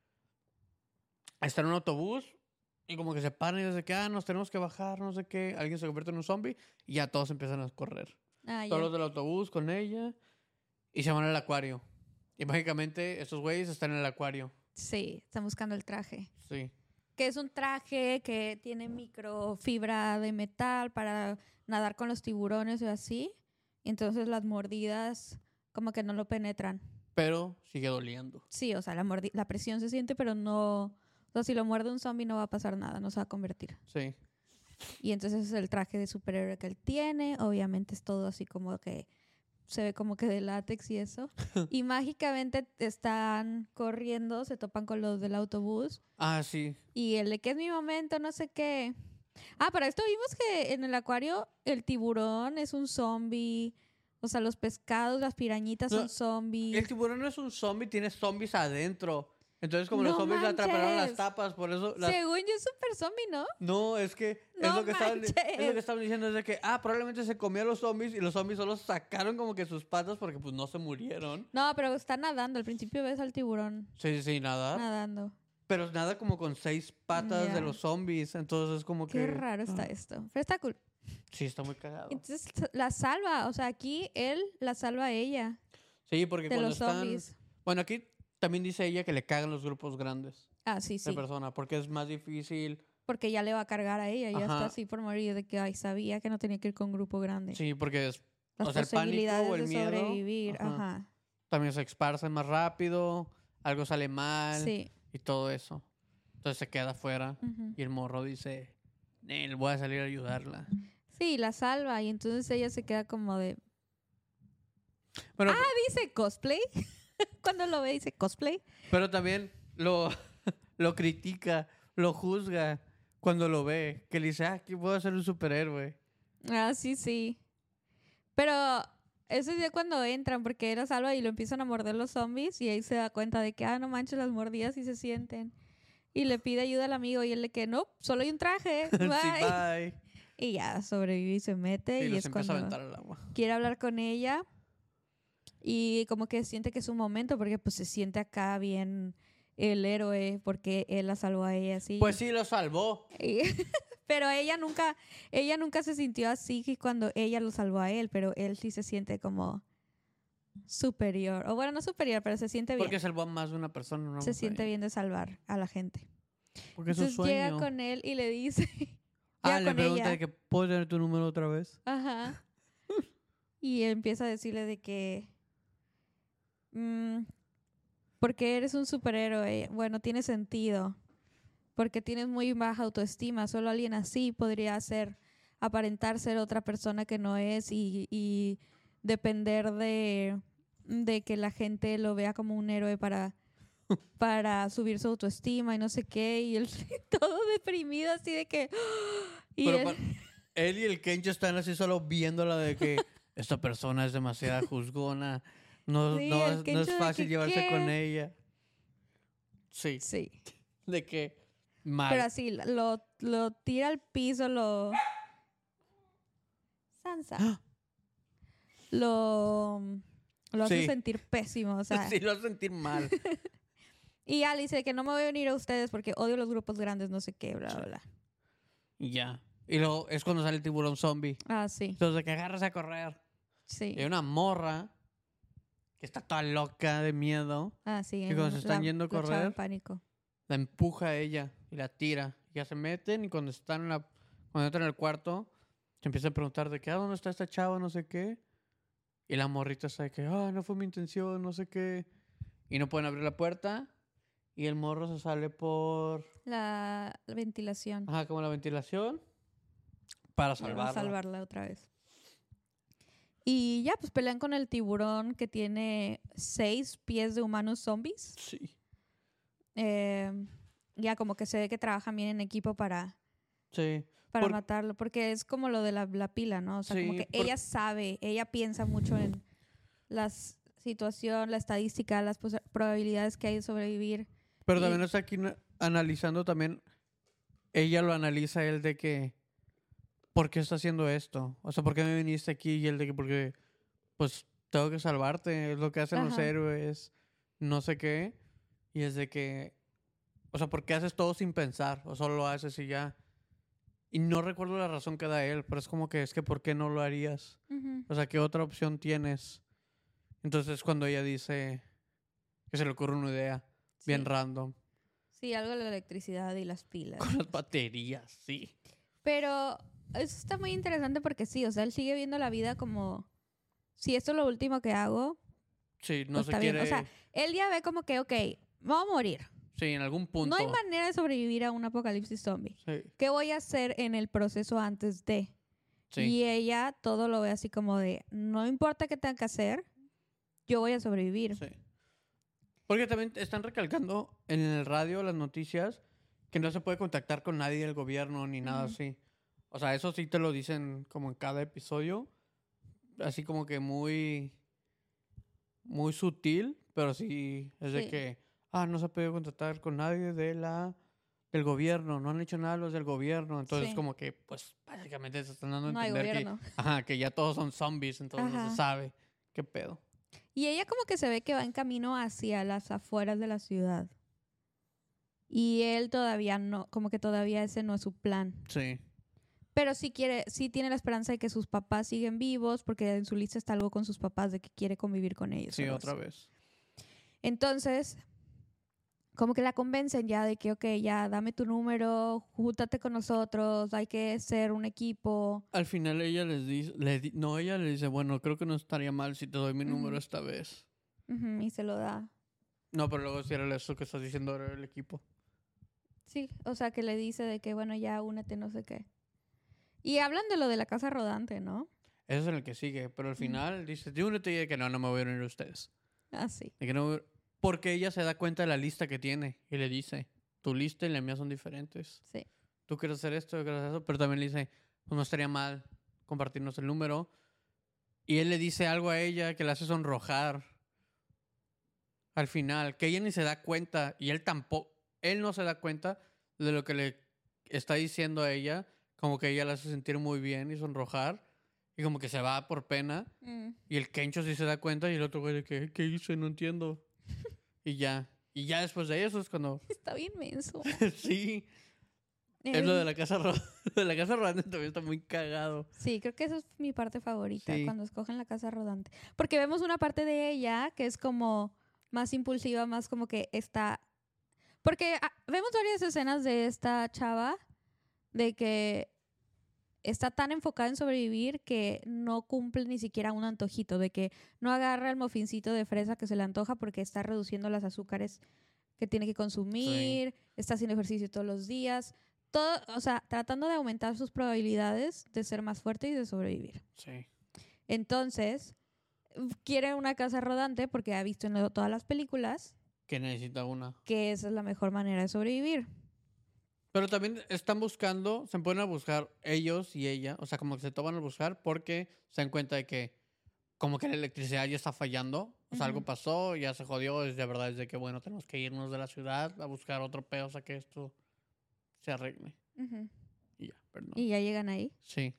está en un autobús y como que se paran y dice que, nos tenemos que bajar, no sé qué. Alguien se convierte en un zombie y ya todos empiezan a correr. Todos los del autobús con ella y se van al acuario. Y mágicamente estos güeyes están en el acuario. Sí, están buscando el traje. Sí. Que es un traje que tiene microfibra de metal para nadar con los tiburones y así. Entonces las mordidas como que no lo penetran. Pero sigue doliendo. Sí, o sea, la presión se siente, pero no... O sea, si lo muerde un zombie no va a pasar nada, no se va a convertir. Sí. Y entonces es el traje de superhéroe que él tiene. Obviamente es todo así como que... Se ve como que de látex y eso. Y mágicamente están corriendo, se topan con los del autobús. Ah, sí. Y el de que es mi momento, no sé qué. Para esto vimos que en el acuario el tiburón es un zombie. O sea, los pescados, las pirañitas son zombies. El tiburón no es un zombie, tiene zombies adentro. Entonces, como los zombies le atraparon las tapas, por eso... Según yo, es súper zombie, ¿no? No, es que es lo que estaban diciendo, es de que, probablemente se comió a los zombies y los zombies solo sacaron como que sus patas porque pues no se murieron. No, pero está nadando. Al principio ves al tiburón. Sí, nadando. Pero nada como con 6 patas de los zombies, entonces es como que... Qué raro está esto. Pero está cool. Sí, está muy cagado. Entonces la salva, o sea, aquí él la salva a ella. Sí, porque cuando los zombies. Bueno, aquí... También dice ella que le cagan los grupos grandes. Sí. De persona, porque es más difícil. Porque ya le va a cargar a ella, ya está así por morir de que, sabía que no tenía que ir con un grupo grande. Sí, porque es, las el pánico o el de miedo. Sobrevivir, También se esparcen más rápido, algo sale mal y todo eso. Entonces se queda afuera y el morro dice, voy a salir a ayudarla. Sí, la salva y entonces ella se queda como de... Pero, dice cosplay. Cuando lo ve dice cosplay. Pero también lo critica, lo juzga cuando lo ve. Que le dice, aquí puedo ser un superhéroe. Sí. Pero eso es ya cuando entran, porque él la salva y lo empiezan a morder los zombies. Y ahí se da cuenta de que, no manches, las mordidas y se sienten. Y le pide ayuda al amigo y él le que, no, solo hay un traje. Bye. Sí, bye. Y ya sobrevive y se mete. Y es cuando a aventar al agua. Quiere hablar con ella. Y como que siente que es un momento porque pues se siente acá bien el héroe porque él la salvó a ella, sí. Pues sí, lo salvó. Pero ella nunca se sintió así que cuando ella lo salvó a él, pero él sí se siente como superior. O bueno, no superior, pero se siente bien. Porque salvó a más de una persona. Una Se mujer. siente bien de salvar a la gente. Porque es un Entonces sueño. llega con él y le dice... Le pregunta de que, ¿puedo tener tu número otra vez? Ajá. Y empieza a decirle de que... porque eres un superhéroe. Bueno, tiene sentido. Porque tienes muy baja autoestima. Solo alguien así podría aparentar ser otra persona que no es y depender de que la gente lo vea como un héroe para subir su autoestima y no sé qué. Y él todo deprimido así de que... Y Pero él y el Kencho están así solo viéndola de que esta persona es demasiado juzgona. No, Sí, no, el no es Kencho de fácil que, llevarse ¿qué? con ella. Sí. Sí. De que mal. Pero así, lo tira al piso, Sansa. Lo hace Sí. sentir pésimo, o sea. Sí, lo hace sentir mal. Y ya le dice que no me voy a unir a ustedes porque odio los grupos grandes, no sé qué, bla, bla, bla. Y ya. Y luego es cuando sale el tiburón zombie. Ah, sí. Entonces, de que agarras a correr. Sí. Y hay una morra que está toda loca de miedo. Ah, sí. Y cuando se están yendo a la chava correr, en pánico. la empuja a ella y la tira. Y ya se meten y cuando entran en el cuarto, se empieza a preguntar de que, ¿dónde está esta chava? No sé qué. Y la morrita está de que, no fue mi intención, no sé qué. Y no pueden abrir la puerta. Y el morro se sale por... La ventilación. Ajá, como la ventilación. Para salvarla. Salvarla otra vez. Y ya, pues pelean con el tiburón que tiene 6 pies de humanos zombies. Sí. Ya como que se ve que trabajan bien en equipo para matarlo. Porque es como lo de la pila, ¿no? O sea, como que ella sabe, ella piensa mucho en la situación, la estadística, las probabilidades que hay de sobrevivir. Pero también está aquí analizando también, ella lo analiza él de que, ¿por qué está haciendo esto? O sea, ¿por qué me viniste aquí? Y él de que, porque, pues, tengo que salvarte, es lo que hacen los héroes, no sé qué. Y es de que, o sea, ¿por qué haces todo sin pensar? O solo lo haces y ya. Y no recuerdo la razón que da él, pero es como que, ¿por qué no lo harías? O sea, ¿qué otra opción tienes? Entonces cuando ella dice que se le ocurre una idea. Bien random. Sí, algo de la electricidad y las pilas. Con las baterías, sí. Pero eso está muy interesante porque sí, o sea, él sigue viendo la vida como si esto es lo último que hago. Sí, no pues se está quiere... bien. O sea, él ya ve como que, ok, vamos a morir. Sí, en algún punto. No hay manera de sobrevivir a un apocalipsis zombie. Sí. ¿Qué voy a hacer en el proceso antes de? Sí. Y ella todo lo ve así como de, no importa qué tenga que hacer, yo voy a sobrevivir. Sí. Porque también están recalcando en el radio las noticias que no se puede contactar con nadie del gobierno ni nada así. O sea, eso sí te lo dicen como en cada episodio. Así como que muy sutil, pero sí es de que, no se ha podido contactar con nadie del gobierno, no han hecho nada los del gobierno. Entonces como que, pues, básicamente se están dando a entender que ya todos son zombies, entonces no se sabe qué pedo. Y ella como que se ve que va en camino hacia las afueras de la ciudad. Y él todavía no, como que todavía ese no es su plan. Sí. Pero sí tiene la esperanza de que sus papás siguen vivos, porque en su lista está algo con sus papás de que quiere convivir con ellos. Sí, otra vez. Entonces, como que la convencen ya de que, ok, ya dame tu número, júntate con nosotros, hay que ser un equipo. Al final ella les dice, ella le dice, bueno, creo que no estaría mal si te doy mi número esta vez. Y se lo da. No, pero luego si era eso que estás diciendo ahora el equipo. Sí, o sea, que le dice de que, bueno, ya únete, no sé qué. Y hablan de lo de la casa rodante, ¿no? Eso es en el que sigue, pero al final dice, únete y de que no me voy a unir a ustedes. Ah, sí. De que no, porque ella se da cuenta de la lista que tiene y le dice, tu lista y la mía son diferentes. Sí. Tú quieres hacer esto, yo quiero hacer eso, pero también le dice, pues no estaría mal compartirnos el número. Y él le dice algo a ella que le hace sonrojar al final, que ella ni se da cuenta y él tampoco, él no se da cuenta de lo que le está diciendo a ella, como que ella la hace sentir muy bien y sonrojar y como que se va por pena y el Kencho sí se da cuenta y el otro güey de que, ¿qué hice? No entiendo. Y ya. Y ya después de eso es cuando... Está bien menso. Sí. Es lo de la casa rodante. De la casa rodante también está muy cagado. Sí, creo que esa es mi parte favorita, Sí. cuando escogen la casa rodante. Porque vemos una parte de ella que es como más impulsiva, más como que está... Porque vemos varias escenas de esta chava de que está tan enfocada en sobrevivir que no cumple ni siquiera un antojito, de que no agarra el mofincito de fresa que se le antoja porque está reduciendo las azúcares que tiene que consumir, está haciendo ejercicio todos los días, todo, o sea, tratando de aumentar sus probabilidades de ser más fuerte y de sobrevivir. Sí. Entonces, quiere una casa rodante porque ha visto en todas las películas Que necesita una. que esa es la mejor manera de sobrevivir. Pero también están buscando, se ponen a buscar ellos y ella, o sea, como que se toman a buscar porque se dan cuenta de que como que la electricidad ya está fallando, o sea, algo pasó, ya se jodió, es de verdad, es de que bueno, tenemos que irnos de la ciudad a buscar otro pedo, o sea, que esto se arregle. Y ya, perdón. Y ya llegan ahí. Sí.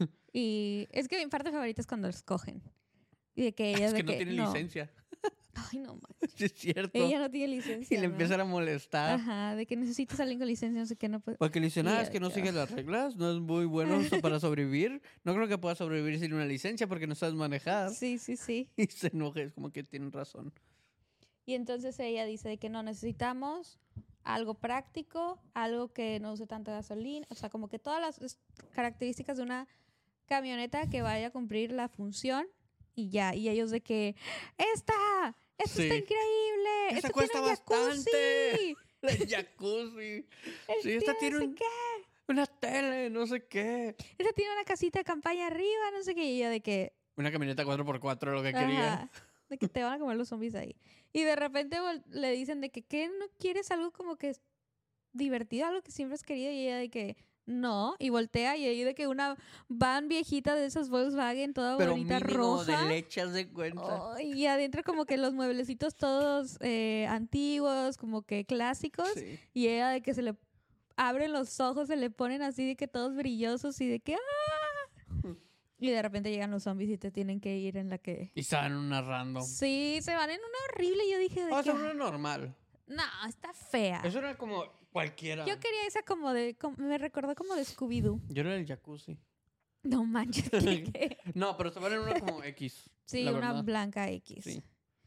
Y es que mi parte favorita es cuando los cogen. Y de que ella Es de que no tiene licencia. Ay, no manches. Sí, es cierto. Ella no tiene licencia. Y le ¿no? empiezan a molestar. Ajá, de que necesitas alguien con licencia, no sé qué, no puede. Porque le dicen, Y es ya que no de sigues las reglas, no es muy bueno para sobrevivir. No creo que puedas sobrevivir sin una licencia porque no sabes manejar. Sí, sí, sí. Y se enoja, es como que tienen razón. Y entonces ella dice de que no necesitamos algo práctico, algo que no use tanta gasolina, o sea, como que todas las características de una camioneta que vaya a cumplir la función y ya. Y ellos de que, ¡esto Sí. está increíble! Esta ¡Esto cuesta tiene bastante. jacuzzi! El jacuzzi. Sí, esta no tiene sé qué. una tele, no sé qué. Esta tiene una casita de campaña arriba, no sé qué. Y ella de que, Una camioneta 4x4, lo que quería. ajá, de que te van a comer los zombies ahí. Y de repente le dicen de que, ¿qué? ¿No quieres algo como que divertido? Algo que siempre has querido. Y ella de que, no. Y voltea y ahí de que una van viejita de esas Volkswagen, toda Pero bonita, mínimo roja. de leche, haz de cuenta. Oh, y adentro como que los mueblecitos todos antiguos, como que clásicos. Sí. Y ella de que se le abren los ojos, se le ponen así de que todos brillosos y de que ¡ah! Y de repente llegan los zombies y te tienen que ir en la que... Y estaban en una random. Sí, se van en una horrible. Y yo dije de O que... sea, una normal. No, está fea. Eso era como cualquiera. Yo quería esa como de... me recordó como de Scooby-Doo. Yo era el jacuzzi. No manches, ¿qué? No, pero se van en una como X. Sí, la una verdad. blanca X. Sí.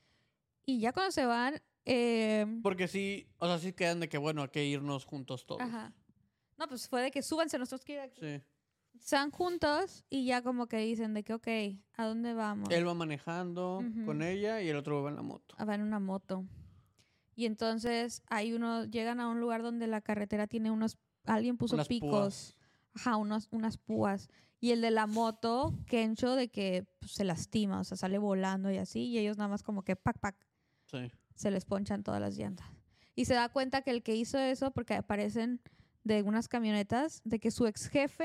Y ya cuando se van... Porque sí, o sea, sí quedan de que, bueno, hay que irnos juntos todos. Ajá. No, pues fue de que súbanse, nosotros que ir aquí. Sí. Se van juntos y ya como que dicen de que, ok, ¿a dónde vamos? Él va manejando con ella y el otro va en la moto. Va en una moto. Y entonces llegan a un lugar donde la carretera tiene alguien puso Unas picos. púas. Ajá, unas púas. Y el de la moto, Kencho, de que pues, se lastima, o sea, sale volando y así. Y ellos nada más como que pac, Sí. se les ponchan todas las llantas. Y se da cuenta que el que hizo eso, porque aparecen de unas camionetas, de que su ex jefe,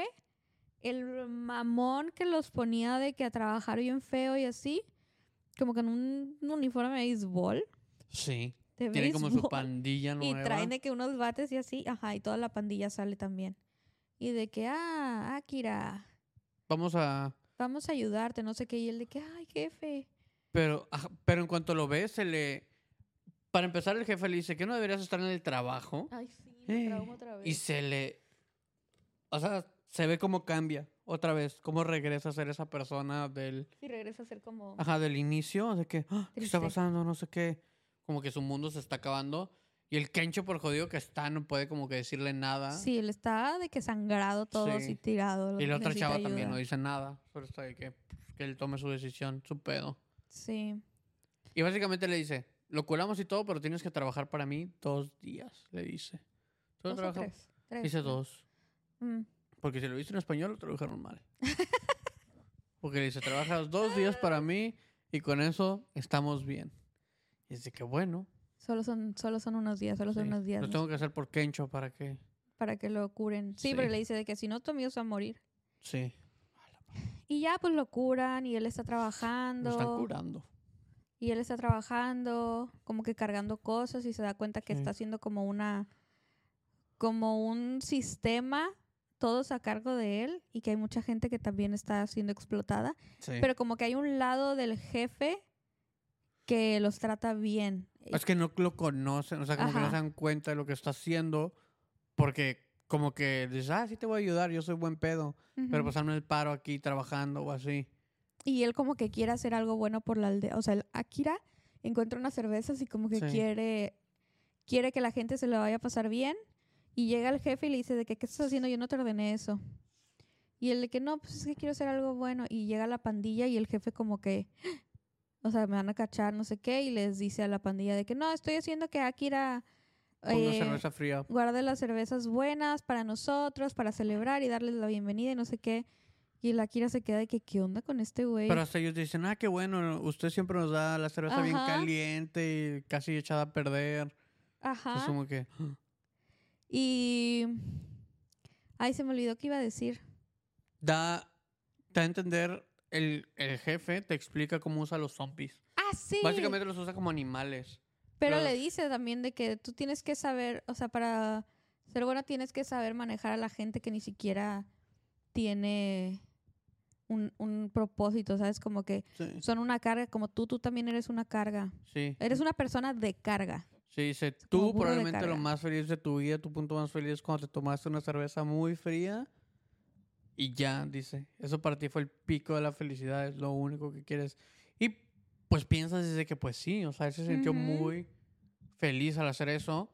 el mamón que los ponía de que a trabajar bien feo y así, como que en un uniforme de béisbol. Sí. De Tiene como su béisbol, pandilla y nueva. traen de que unos bates y así, ajá, y toda la pandilla sale también. Y de que, Akira, Vamos a... vamos a ayudarte, no sé qué. Y él de que, ay, jefe. Pero en cuanto lo ve, se le... Para empezar, el jefe le dice que no deberías estar en el trabajo. Ay, sí, me trauma otra vez. Y se le... O sea, se ve cómo cambia otra vez. Cómo regresa a ser esa persona del... Y regresa a ser como... Ajá, del inicio. De que, ¿qué está Triste. pasando? No sé qué. Como que su mundo se está acabando. Y el Kencho, por jodido que está, no puede como que decirle nada. Sí, él está de que sangrado todo Sí. y tirado. Y la otra necesita chava ayuda. también no dice nada. Solo está de que él tome su decisión, su pedo. Sí. Y básicamente le dice, lo curamos y todo, pero tienes que trabajar para mí 2 días, le dice. Solo 2 o trabaja... 3. 3. Dice 2. Mm. Porque si lo viste en español, lo tradujeron mal. Porque le dice, trabajas 2 días para mí y con eso estamos bien. Y dice que bueno. Solo son unos días, sí, son unos días. lo tengo que hacer por Kencho para que... Para que lo curen. Sí, Sí. pero le dice de que si no, tu amigo se va a morir. Sí, Y ya pues lo curan y él está lo trabajando. están curando. Y él está trabajando, como que cargando cosas y se da cuenta que Sí. está haciendo como un sistema, todos a cargo de él y que hay mucha gente que también está siendo explotada. Sí. Pero como que hay un lado del jefe que los trata bien. Es que no lo conocen, o sea, como que no se dan cuenta de lo que está haciendo, porque como que dices, sí te voy a ayudar, yo soy buen pedo, pero pasarme el paro aquí trabajando o así. Y él como que quiere hacer algo bueno por la aldea. O sea, el Akira encuentra unas cervezas y como que quiere que la gente se lo vaya a pasar bien. Y llega el jefe y le dice de que, ¿qué estás haciendo? Yo no te ordené eso. Y él de que, no, pues es que quiero hacer algo bueno. Y llega la pandilla y el jefe como que, o sea, me van a cachar, no sé qué. Y les dice a la pandilla de que, no, estoy haciendo que Akira Una cerveza fría. guarde las cervezas buenas para nosotros, para celebrar y darles la bienvenida y no sé qué. Y el Akira se queda de que, ¿qué onda con este güey? Pero hasta ellos dicen, qué bueno, usted siempre nos da la cerveza bien caliente y casi echada a perder. Ajá. Es como que... Y... Ay, se me olvidó qué iba a decir. Da a entender, el jefe te explica cómo usa los zombies. Sí. Básicamente los usa como animales. Pero le dice también de que tú tienes que saber, o sea, para ser buena tienes que saber manejar a la gente que ni siquiera tiene un propósito, ¿sabes? Como que son una carga, como tú también eres una carga. Sí. Eres una persona de carga. Sí, dice, tú probablemente lo más feliz de tu vida, tu punto más feliz es cuando te tomaste una cerveza muy fría y ya, dice, eso para ti fue el pico de la felicidad, es lo único que quieres. Y pues piensas desde que pues sí, o sea, él se sintió muy feliz al hacer eso,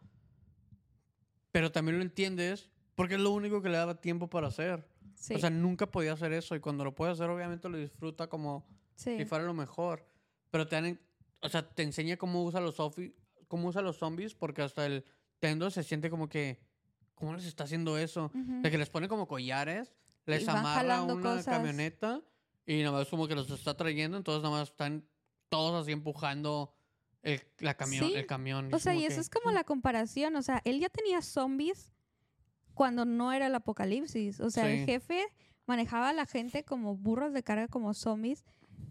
pero también lo entiendes porque es lo único que le daba tiempo para hacer. Sí. O sea, nunca podía hacer eso y cuando lo puede hacer obviamente lo disfruta como si fuera lo mejor, pero te enseña cómo usa los zombies porque hasta el Tendo se siente como que ¿cómo les está haciendo eso? De que les pone como collares, les amarra una camioneta y nada más como que los está trayendo, entonces nada más están todos así empujando el camión. O sea, y eso es como la comparación. O sea, él ya tenía zombies cuando no era el apocalipsis. O sea, el jefe manejaba a la gente como burros de carga, como zombies,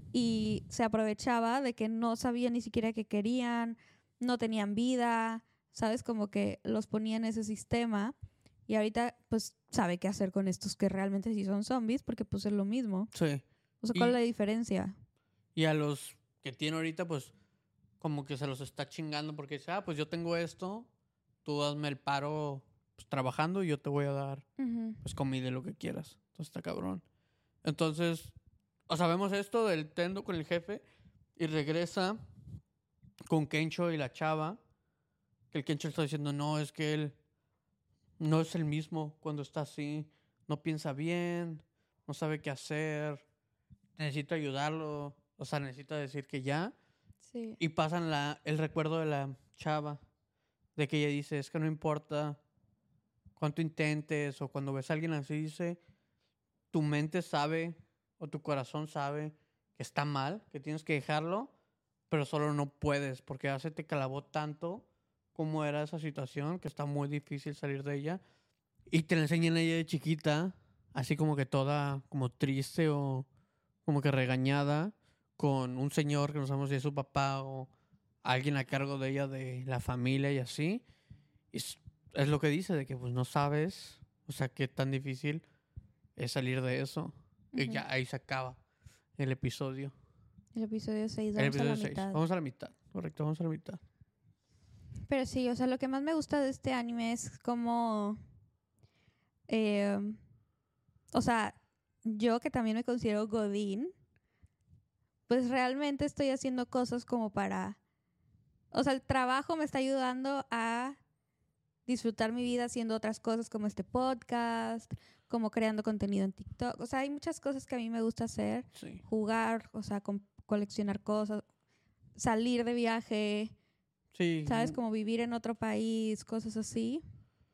y se aprovechaba de que no sabía ni siquiera qué querían, no tenían vida, ¿sabes? Como que los ponía en ese sistema. Y ahorita, pues, sabe qué hacer con estos que realmente sí son zombies, porque pues es lo mismo. Sí. O sea, ¿cuál es la diferencia? Y a los que tiene ahorita, pues, como que se los está chingando porque dice, pues yo tengo esto, tú hazme el paro pues, trabajando y yo te voy a dar, pues, comida y lo que quieras. Entonces está cabrón. Entonces, o sea, vemos esto del Tendo con el jefe y regresa con Kencho y la chava. Que el Kencho está diciendo, no, es que él no es el mismo cuando está así, no piensa bien, no sabe qué hacer, necesito ayudarlo, o sea, necesita decir que ya. Sí. Y pasan el recuerdo de la chava, de que ella dice, es que no importa cuánto intentes, o cuando ves a alguien así, dice, tu mente sabe, o tu corazón sabe que está mal, que tienes que dejarlo, pero solo no puedes, porque ya se te clavó tanto como era esa situación, que está muy difícil salir de ella. Y te la enseñan a ella de chiquita, así como que toda como triste o como que regañada, con un señor que no sabemos si es su papá o alguien a cargo de ella, de la familia y así. Y es lo que dice, de que pues no sabes, o sea, qué tan difícil es salir de eso. Y ya ahí se acaba el episodio. El episodio 6, vamos a la mitad. Vamos a la mitad, correcto, vamos a la mitad. Pero sí, o sea, lo que más me gusta de este anime es como... o sea, yo que también me considero godín, pues realmente estoy haciendo cosas como para... O sea, el trabajo me está ayudando a disfrutar mi vida haciendo otras cosas como este podcast, como creando contenido en TikTok. O sea, hay muchas cosas que a mí me gusta hacer. Sí. Jugar, o sea, coleccionar cosas, salir de viaje, sí. ¿Sabes? Como vivir en otro país, cosas así.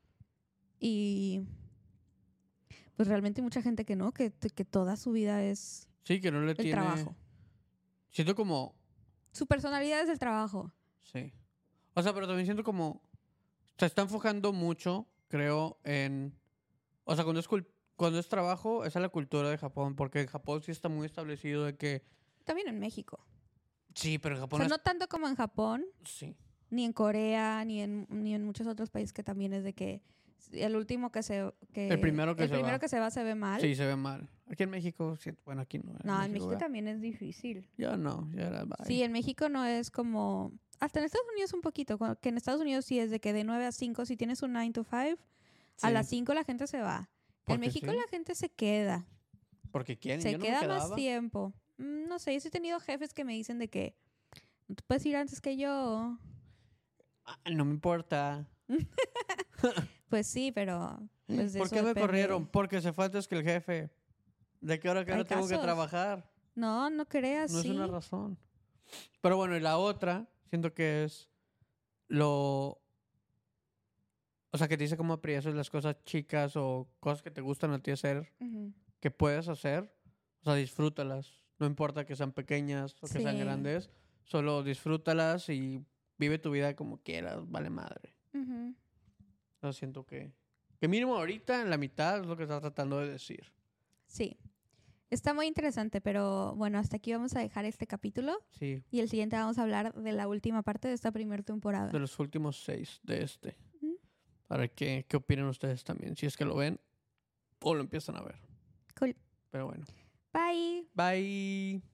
Y pues realmente hay mucha gente que no, que toda su vida es sí, que no le tiene trabajo. Siento como... Su personalidad es el trabajo. Sí. O sea, pero también siento como... Se está enfocando mucho, creo, en... O sea, cuando es trabajo, esa es la cultura de Japón. Porque en Japón sí está muy establecido de que... También en México. Sí, pero en Japón... O sea, no tanto como en Japón. Sí. Ni en Corea, ni en muchos otros países que también es de que El último El primero que el se primero va. que se va se ve mal. Sí, se ve mal. Aquí en México, bueno, aquí no. No, en México ¿verdad? también es difícil. Ya no, ya era bye. Sí, en México no es como... Hasta en Estados Unidos un poquito, que en Estados Unidos sí es de que de 9 a 5, si tienes un 9 to 5, a Sí. las 5 la gente se va. ¿Por En qué México sí? la gente se queda. Porque quieren, Se yo no me queda más quedaba. tiempo. No sé, yo sí he tenido jefes que me dicen de que tú puedes ir antes que yo. No me importa. Pues sí, pero... Pues de ¿Por eso qué me depende. corrieron? Porque se fue antes que el jefe. ¿De qué hora que Hay no tengo que casos. trabajar? No, no creas, No es sí. una razón. Pero bueno, y la otra, siento que es lo... O sea, que te dice cómo aprecias las cosas chicas o cosas que te gustan a ti hacer, Ujú. que puedes hacer. O sea, disfrútalas. No importa que sean pequeñas o que sean Sí. grandes. Solo disfrútalas y vive tu vida como quieras. Vale madre. Ujú. Yo siento que mínimo ahorita en la mitad es lo que está tratando de decir. Sí. Está muy interesante, pero bueno, hasta aquí vamos a dejar este capítulo. Sí, Y el siguiente vamos a hablar de la última parte de esta primera temporada. de los últimos 6 de este. Ujú. Para ver qué opinan ustedes también. Si es que lo ven o lo empiezan a ver. Cool. Pero bueno. Bye. Bye.